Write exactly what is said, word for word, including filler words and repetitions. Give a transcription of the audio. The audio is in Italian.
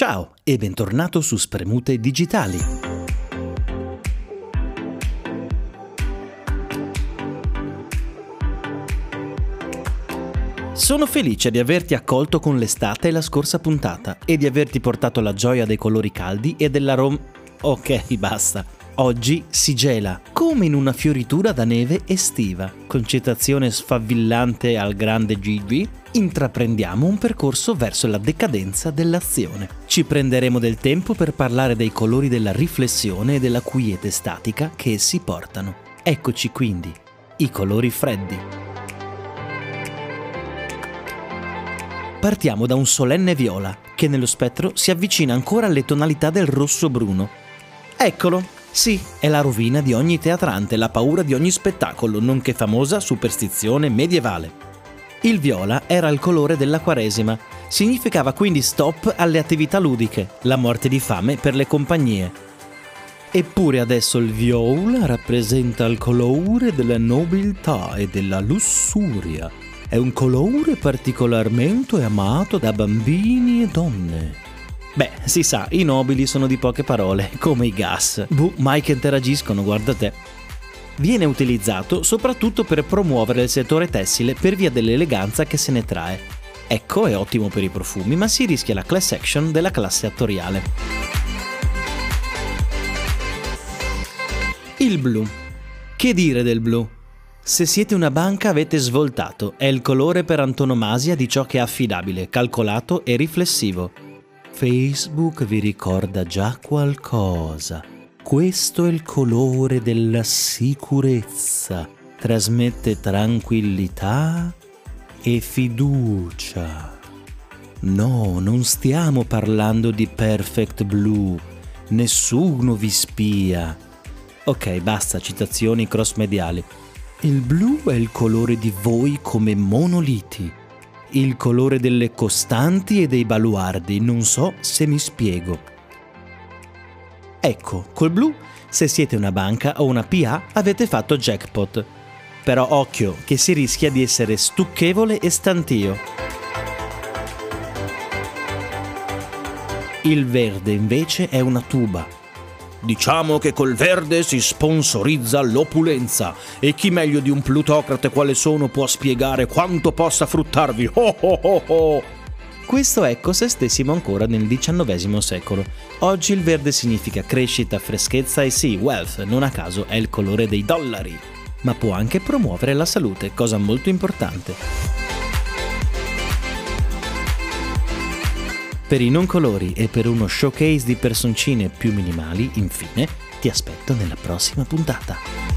Ciao e bentornato su Spremute Digitali. Sono felice di averti accolto con l'estate la scorsa puntata e di averti portato la gioia dei colori caldi e dell'aroma... Ok, basta. Oggi si gela, come in una fioritura da neve estiva. Con citazione sfavillante al grande Gigi, intraprendiamo un percorso verso la decadenza dell'azione. Ci prenderemo del tempo per parlare dei colori della riflessione e della quiete statica che essi portano. Eccoci quindi, i colori freddi. Partiamo da un solenne viola, che nello spettro si avvicina ancora alle tonalità del rosso bruno. Eccolo! Sì, è la rovina di ogni teatrante, la paura di ogni spettacolo, nonché famosa superstizione medievale. Il viola era il colore della Quaresima, significava quindi stop alle attività ludiche, la morte di fame per le compagnie. Eppure adesso il viola rappresenta il colore della nobiltà e della lussuria. È un colore particolarmente amato da bambini e donne. Beh, si sa, i nobili sono di poche parole, come i gas. Buh, mai che interagiscono, guarda te. Viene utilizzato soprattutto per promuovere il settore tessile per via dell'eleganza che se ne trae. Ecco, è ottimo per i profumi, ma si rischia la class action della classe attoriale. Il blu. Che dire del blu? Se siete una banca avete svoltato, è il colore per antonomasia di ciò che è affidabile, calcolato e riflessivo. Facebook vi ricorda già qualcosa. Questo è il colore della sicurezza. Trasmette tranquillità e fiducia. No, non stiamo parlando di Perfect Blue. Nessuno vi spia. Ok, basta citazioni cross-mediali. Il blu è il colore di voi come monoliti. Il colore delle costanti e dei baluardi, non so se mi spiego. Ecco, col blu, se siete una banca o una P A, avete fatto jackpot. Però occhio, che si rischia di essere stucchevole e stantio. Il verde, invece, è una tuba. Diciamo che col verde si sponsorizza l'opulenza e chi meglio di un plutocrate quale sono può spiegare quanto possa fruttarvi. Oh oh oh oh. Questo ecco se stessimo ancora nel diciannovesimo secolo. Oggi il verde significa crescita, freschezza e sì, wealth, non a caso è il colore dei dollari. Ma può anche promuovere la salute, cosa molto importante. Per i non colori e per uno showcase di personcine più minimali, infine, ti aspetto nella prossima puntata.